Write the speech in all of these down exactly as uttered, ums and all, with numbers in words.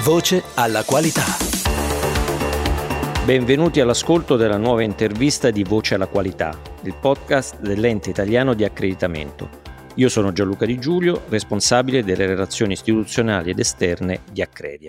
Voce alla qualità. Benvenuti all'ascolto della nuova intervista di Voce alla qualità, il podcast dell'ente italiano di accreditamento. Io sono Gianluca Di Giulio, responsabile delle relazioni istituzionali ed esterne di Accredia.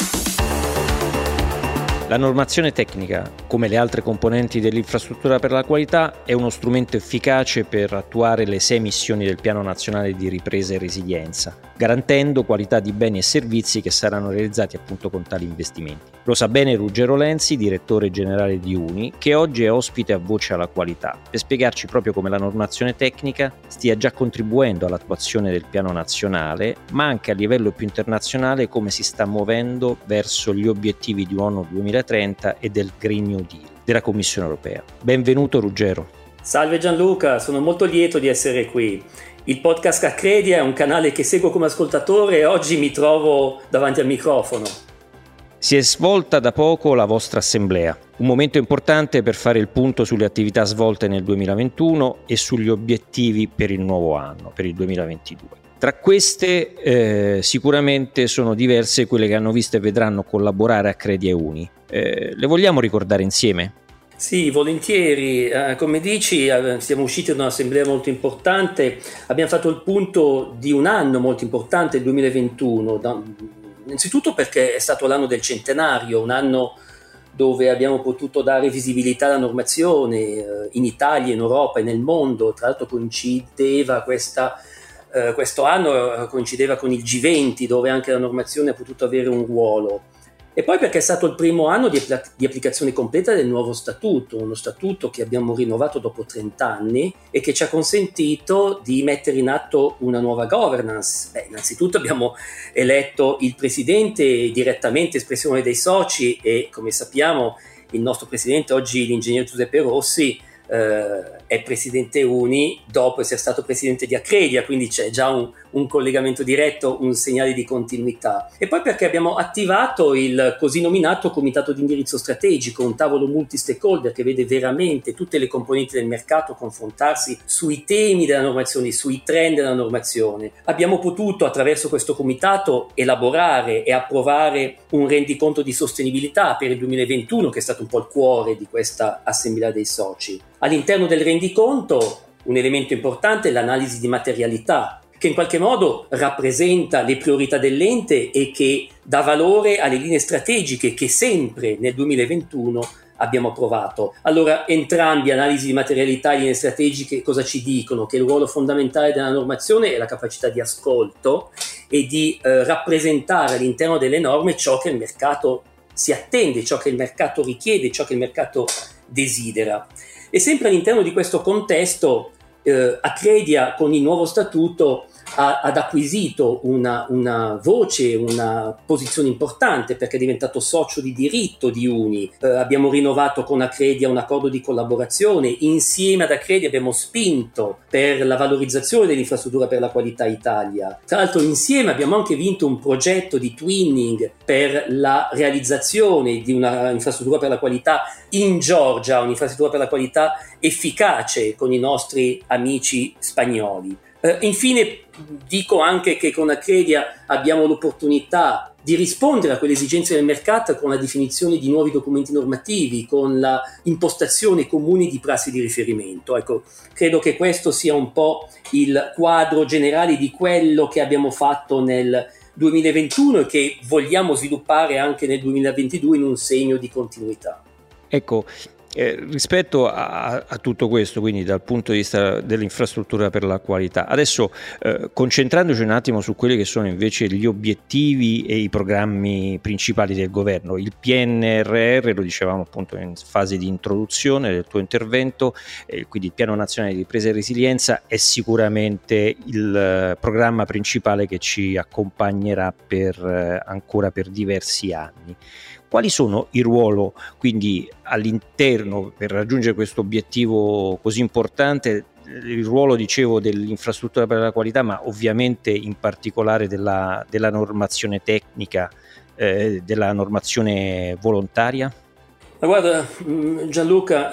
La normazione tecnica, come le altre componenti dell'infrastruttura per la qualità, è uno strumento efficace per attuare le sei missioni del Piano Nazionale di Ripresa e Resilienza, garantendo qualità di beni e servizi che saranno realizzati appunto con tali investimenti. Lo sa bene Ruggero Lenzi, direttore generale di UNI, che oggi è ospite a Voce alla Qualità, per spiegarci proprio come la normazione tecnica stia già contribuendo all'attuazione del Piano Nazionale, ma anche a livello più internazionale come si sta muovendo verso gli obiettivi di ONU duemilatrenta e del Green New Deal della Commissione Europea. Benvenuto Ruggero. Salve Gianluca, sono molto lieto di essere qui. Il podcast Accredia è un canale che seguo come ascoltatore e oggi mi trovo davanti al microfono. Si è svolta da poco la vostra assemblea, un momento importante per fare il punto sulle attività svolte nel duemilaventuno e sugli obiettivi per il nuovo anno, per il duemilaventidue. Tra queste eh, sicuramente sono diverse quelle che hanno visto e vedranno collaborare Accredia e UNI. Eh, le vogliamo ricordare insieme? Sì, volentieri. Eh, come dici, eh, siamo usciti da un'assemblea molto importante, abbiamo fatto il punto di un anno molto importante, il duemilaventuno, da, innanzitutto perché è stato l'anno del centenario, un anno dove abbiamo potuto dare visibilità alla normazione eh, in Italia, in Europa e nel mondo. Tra l'altro coincideva questa, eh, questo anno eh, coincideva con il G venti, dove anche la normazione ha potuto avere un ruolo. E poi perché è stato il primo anno di, apl- di applicazione completa del nuovo statuto, uno statuto che abbiamo rinnovato dopo trenta anni e che ci ha consentito di mettere in atto una nuova governance. Beh, innanzitutto abbiamo eletto il presidente direttamente, espressione dei soci, e come sappiamo il nostro presidente oggi, l'ingegner Giuseppe Rossi, eh, è presidente UNI dopo essere stato presidente di Accredia, quindi c'è già un, un collegamento diretto, un segnale di continuità. E poi perché abbiamo attivato il così nominato Comitato di Indirizzo Strategico, un tavolo multi-stakeholder che vede veramente tutte le componenti del mercato confrontarsi sui temi della normazione, sui trend della normazione. Abbiamo potuto attraverso questo comitato elaborare e approvare un rendiconto di sostenibilità per il duemilaventuno, che è stato un po' il cuore di questa assemblea dei soci. All'interno del rendiconto un elemento importante è l'analisi di materialità, che in qualche modo rappresenta le priorità dell'ente e che dà valore alle linee strategiche che sempre nel duemilaventuno abbiamo approvato. Allora, entrambi, analisi di materialità e linee strategiche, cosa ci dicono? Che il ruolo fondamentale della normazione è la capacità di ascolto e di eh, rappresentare all'interno delle norme ciò che il mercato si attende, ciò che il mercato richiede, ciò che il mercato desidera. E sempre all'interno di questo contesto eh, Accredia con il nuovo statuto ha, ad acquisito una, una voce, una posizione importante perché è diventato socio di diritto di UNI. Eh, abbiamo rinnovato con Accredia un accordo di collaborazione, insieme ad Accredia abbiamo spinto per la valorizzazione dell'infrastruttura per la qualità Italia. Tra l'altro insieme abbiamo anche vinto un progetto di twinning per la realizzazione di una infrastruttura per la qualità in Georgia, un'infrastruttura per la qualità efficace con i nostri amici spagnoli. Uh, infine dico anche che con Accredia abbiamo l'opportunità di rispondere a quelle esigenze del mercato con la definizione di nuovi documenti normativi, con la impostazione comuni di prassi di riferimento. Ecco, credo che questo sia un po' il quadro generale di quello che abbiamo fatto nel duemilaventuno e che vogliamo sviluppare anche nel duemilaventidue in un segno di continuità. Ecco, Eh, rispetto a, a tutto questo, quindi dal punto di vista dell'infrastruttura per la qualità, adesso eh, concentrandoci un attimo su quelli che sono invece gli obiettivi e i programmi principali del governo, il P N R R, lo dicevamo appunto in fase di introduzione del tuo intervento, eh, quindi il Piano Nazionale di Ripresa e Resilienza è sicuramente il eh, programma principale che ci accompagnerà per eh, ancora per diversi anni. Quali sono il ruolo quindi all'interno per raggiungere questo obiettivo così importante, il ruolo dicevo dell'infrastruttura per la qualità, ma ovviamente in particolare della, della normazione tecnica, eh, della normazione volontaria? Ma guarda Gianluca,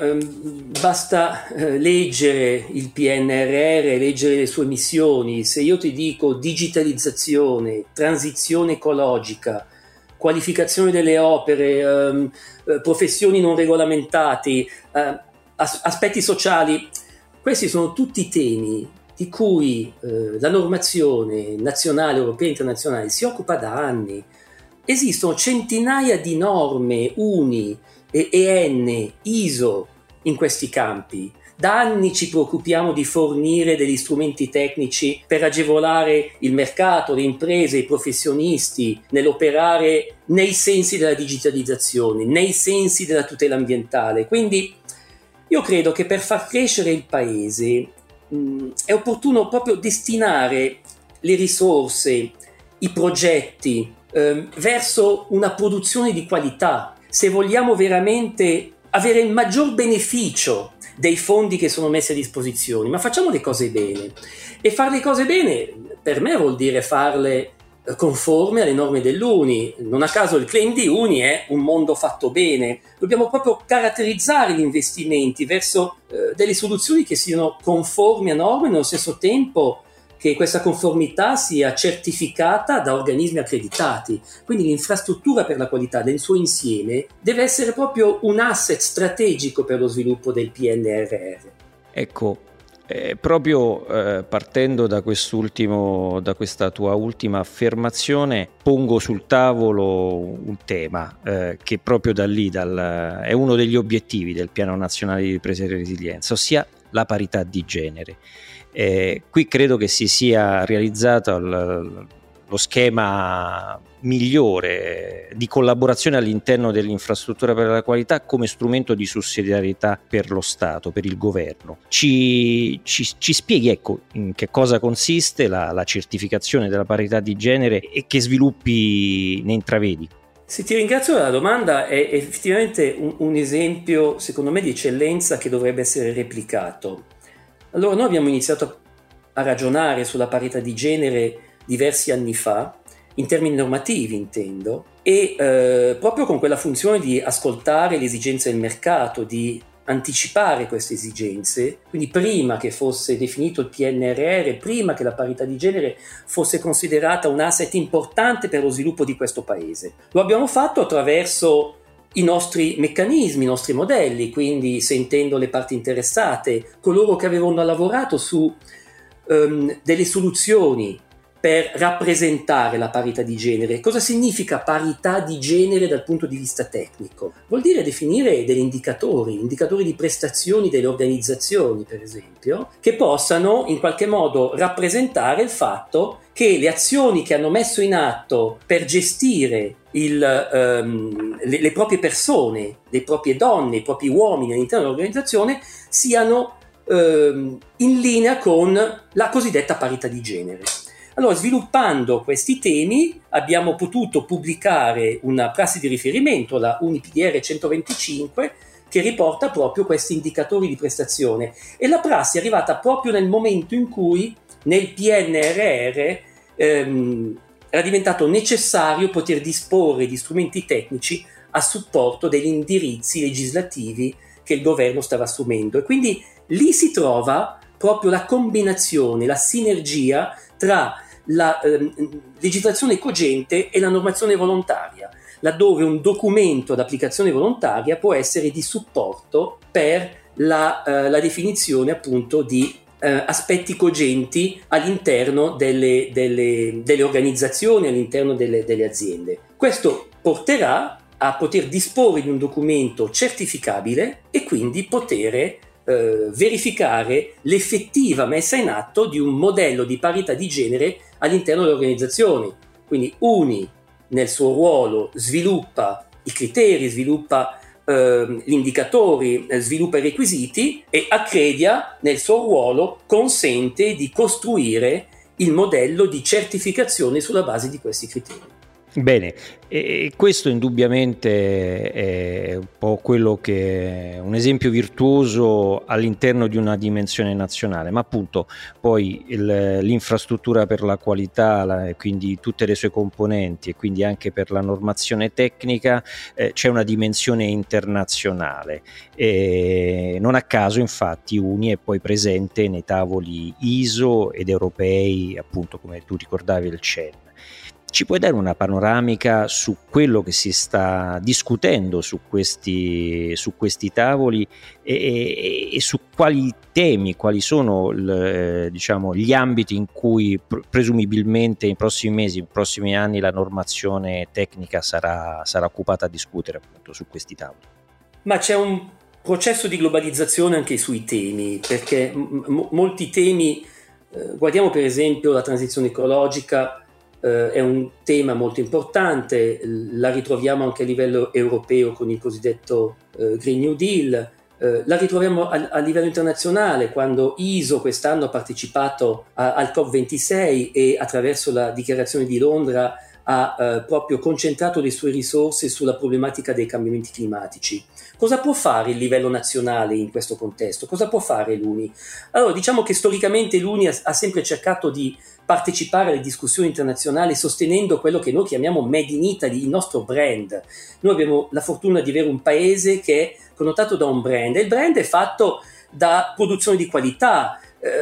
basta leggere il P N R R, leggere le sue missioni. Se io ti dico digitalizzazione, transizione ecologica, qualificazione delle opere, ehm, eh, professioni non regolamentate, eh, as- aspetti sociali. Questi sono tutti temi di cui eh, la normazione nazionale, europea e internazionale si occupa da anni. Esistono centinaia di norme uni, E N, I S O in questi campi. Da anni ci preoccupiamo di fornire degli strumenti tecnici per agevolare il mercato, le imprese, i professionisti nell'operare nei sensi della digitalizzazione, nei sensi della tutela ambientale. Quindi io credo che per far crescere il paese mh, è opportuno proprio destinare le risorse, i progetti eh, verso una produzione di qualità. Se vogliamo veramente avere il maggior beneficio dei fondi che sono messi a disposizione, ma facciamo le cose bene. E fare le cose bene per me vuol dire farle conforme alle norme dell'U N I. Non a caso il claim di U N I è un mondo fatto bene. Dobbiamo proprio caratterizzare gli investimenti verso eh, delle soluzioni che siano conformi a norme e nello stesso tempo che questa conformità sia certificata da organismi accreditati. Quindi l'infrastruttura per la qualità nel suo insieme deve essere proprio un asset strategico per lo sviluppo del P N R R. Ecco, eh, proprio eh, partendo da quest'ultimo, da questa tua ultima affermazione, pongo sul tavolo un tema eh, che proprio da lì dal, è uno degli obiettivi del Piano Nazionale di Ripresa e Resilienza, ossia la parità di genere. Eh, qui credo che si sia realizzato l, lo schema migliore di collaborazione all'interno dell'infrastruttura per la qualità come strumento di sussidiarietà per lo Stato, per il governo. Ci, ci, ci spieghi ecco in che cosa consiste la, la certificazione della parità di genere e che sviluppi ne intravedi? Sì, ti ringrazio per la domanda, è effettivamente un, un esempio secondo me di eccellenza che dovrebbe essere replicato. Allora, noi abbiamo iniziato a ragionare sulla parità di genere diversi anni fa, in termini normativi intendo, e eh, proprio con quella funzione di ascoltare le esigenze del mercato, di anticipare queste esigenze, quindi prima che fosse definito il P N R R, prima che la parità di genere fosse considerata un asset importante per lo sviluppo di questo paese. Lo abbiamo fatto attraverso i nostri meccanismi, i nostri modelli, quindi sentendo le parti interessate, coloro che avevano lavorato su um, delle soluzioni per rappresentare la parità di genere. Cosa significa parità di genere dal punto di vista tecnico? Vuol dire definire degli indicatori, indicatori di prestazioni delle organizzazioni, per esempio, che possano in qualche modo rappresentare il fatto che le azioni che hanno messo in atto per gestire il, um, le, le proprie persone, le proprie donne, i propri uomini all'interno dell'organizzazione siano um, in linea con la cosiddetta parità di genere. Allora, sviluppando questi temi, abbiamo potuto pubblicare una prassi di riferimento, la U N I P D R centoventicinque, che riporta proprio questi indicatori di prestazione. E la prassi è arrivata proprio nel momento in cui nel P N R R ehm, era diventato necessario poter disporre di strumenti tecnici a supporto degli indirizzi legislativi che il governo stava assumendo. E quindi lì si trova proprio la combinazione, la sinergia tra la eh, legislazione cogente e la normazione volontaria, laddove un documento d'applicazione volontaria può essere di supporto per la, eh, la definizione appunto di eh, aspetti cogenti all'interno delle, delle, delle organizzazioni, all'interno delle, delle aziende. Questo porterà a poter disporre di un documento certificabile e quindi poter Eh, verificare l'effettiva messa in atto di un modello di parità di genere all'interno delle organizzazioni. Quindi U N I nel suo ruolo sviluppa i criteri, sviluppa eh, gli indicatori, eh, sviluppa i requisiti, e Accredia nel suo ruolo consente di costruire il modello di certificazione sulla base di questi criteri. Bene, e questo indubbiamente è un po' quello che è un esempio virtuoso all'interno di una dimensione nazionale, ma appunto poi il, l'infrastruttura per la qualità, la, quindi tutte le sue componenti e quindi anche per la normazione tecnica eh, c'è una dimensione internazionale. E non a caso infatti U N I è poi presente nei tavoli I S O ed europei, appunto come tu ricordavi il C E N. Ci puoi dare una panoramica su quello che si sta discutendo su questi, su questi tavoli e, e, e su quali temi, quali sono il, diciamo, gli ambiti in cui pr- presumibilmente in prossimi mesi, in prossimi anni la normazione tecnica sarà, sarà occupata a discutere appunto su questi tavoli? Ma c'è un processo di globalizzazione anche sui temi, perché m- molti temi, eh, guardiamo per esempio la transizione ecologica, eh, è un tema molto importante, la ritroviamo anche a livello europeo con il cosiddetto eh, Green New Deal, eh, la ritroviamo a, a livello internazionale quando I S O quest'anno ha partecipato a, al COP ventisei e attraverso la dichiarazione di Londra ha eh, proprio concentrato le sue risorse sulla problematica dei cambiamenti climatici. Cosa può fare il livello nazionale in questo contesto? Cosa può fare l'U N I? Allora, diciamo che storicamente l'U N I ha, ha sempre cercato di partecipare alle discussioni internazionali sostenendo quello che noi chiamiamo Made in Italy, il nostro brand. Noi abbiamo la fortuna di avere un paese che è connotato da un brand, e il brand è fatto da produzione di qualità.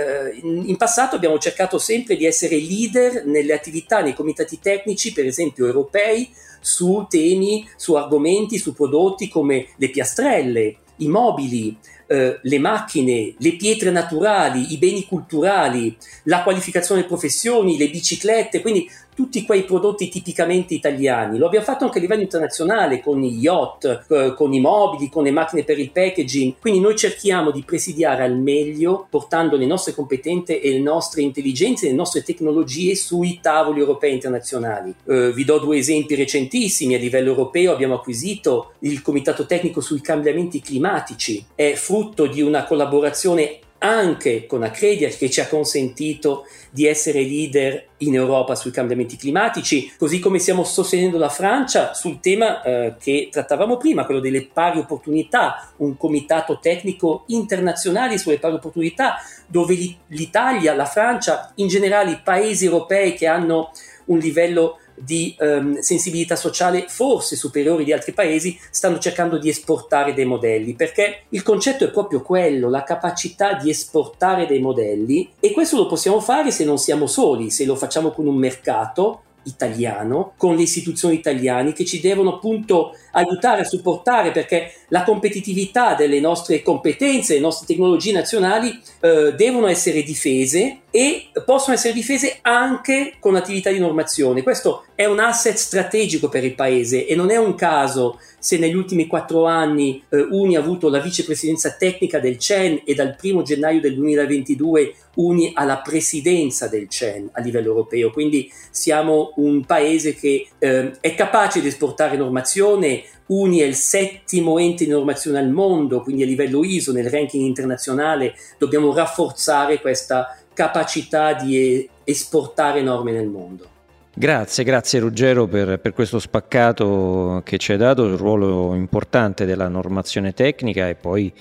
In passato abbiamo cercato sempre di essere leader nelle attività, nei comitati tecnici, per esempio europei, su temi, su argomenti, su prodotti come le piastrelle, i mobili, eh, le macchine, le pietre naturali, i beni culturali, la qualificazione delle professioni, le biciclette, quindi tutti quei prodotti tipicamente italiani. Lo abbiamo fatto anche a livello internazionale con gli yacht, eh, con i mobili, con le macchine per il packaging. Quindi noi cerchiamo di presidiare al meglio, portando le nostre competenze e le nostre intelligenze, le nostre tecnologie sui tavoli europei e internazionali. Eh, vi do due esempi recentissimi. A livello europeo abbiamo acquisito il Comitato Tecnico sui Cambiamenti Climatici. È frutto di una collaborazione anche con Accredia, che ci ha consentito di essere leader in Europa sui cambiamenti climatici, così come stiamo sostenendo la Francia sul tema eh, che trattavamo prima, quello delle pari opportunità, un comitato tecnico internazionale sulle pari opportunità, dove l'Italia, la Francia, in generale i paesi europei che hanno un livello di um, sensibilità sociale forse superiori di altri paesi, stanno cercando di esportare dei modelli, perché il concetto è proprio quello, la capacità di esportare dei modelli, e questo lo possiamo fare se non siamo soli, se lo facciamo con un mercato italiano, con le istituzioni italiane che ci devono appunto aiutare a supportare, perché la competitività delle nostre competenze, le nostre tecnologie nazionali eh, devono essere difese, e possono essere difese anche con attività di normazione. Questo è un asset strategico per il paese, e non è un caso se negli ultimi quattro anni eh, U N I ha avuto la vicepresidenza tecnica del C E N, e dal primo gennaio del duemilaventidue U N I ha la presidenza del C E N a livello europeo. Quindi siamo un paese che eh, è capace di esportare normazione. U N I è il settimo ente di normazione al mondo, quindi a livello I S O nel ranking internazionale dobbiamo rafforzare questa capacità di esportare norme nel mondo. Grazie, grazie Ruggero per, per questo spaccato che ci hai dato, il ruolo importante della normazione tecnica, e poi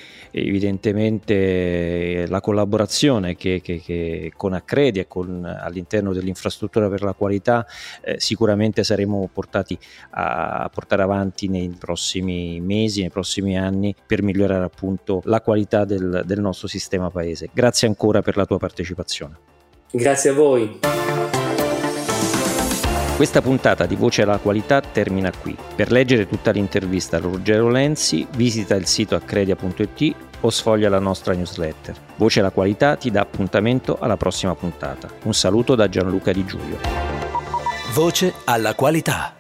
evidentemente la collaborazione che, che, che con Accredia e con, all'interno dell'infrastruttura per la qualità eh, sicuramente saremo portati a, a portare avanti nei prossimi mesi, nei prossimi anni, per migliorare appunto la qualità del, del nostro sistema paese. Grazie ancora per la tua partecipazione. Grazie a voi. Questa puntata di Voce alla Qualità termina qui. Per leggere tutta l'intervista a Ruggero Lenzi, visita il sito accredia punto it o sfoglia la nostra newsletter. Voce alla Qualità ti dà appuntamento alla prossima puntata. Un saluto da Gianluca Di Giulio. Voce alla Qualità.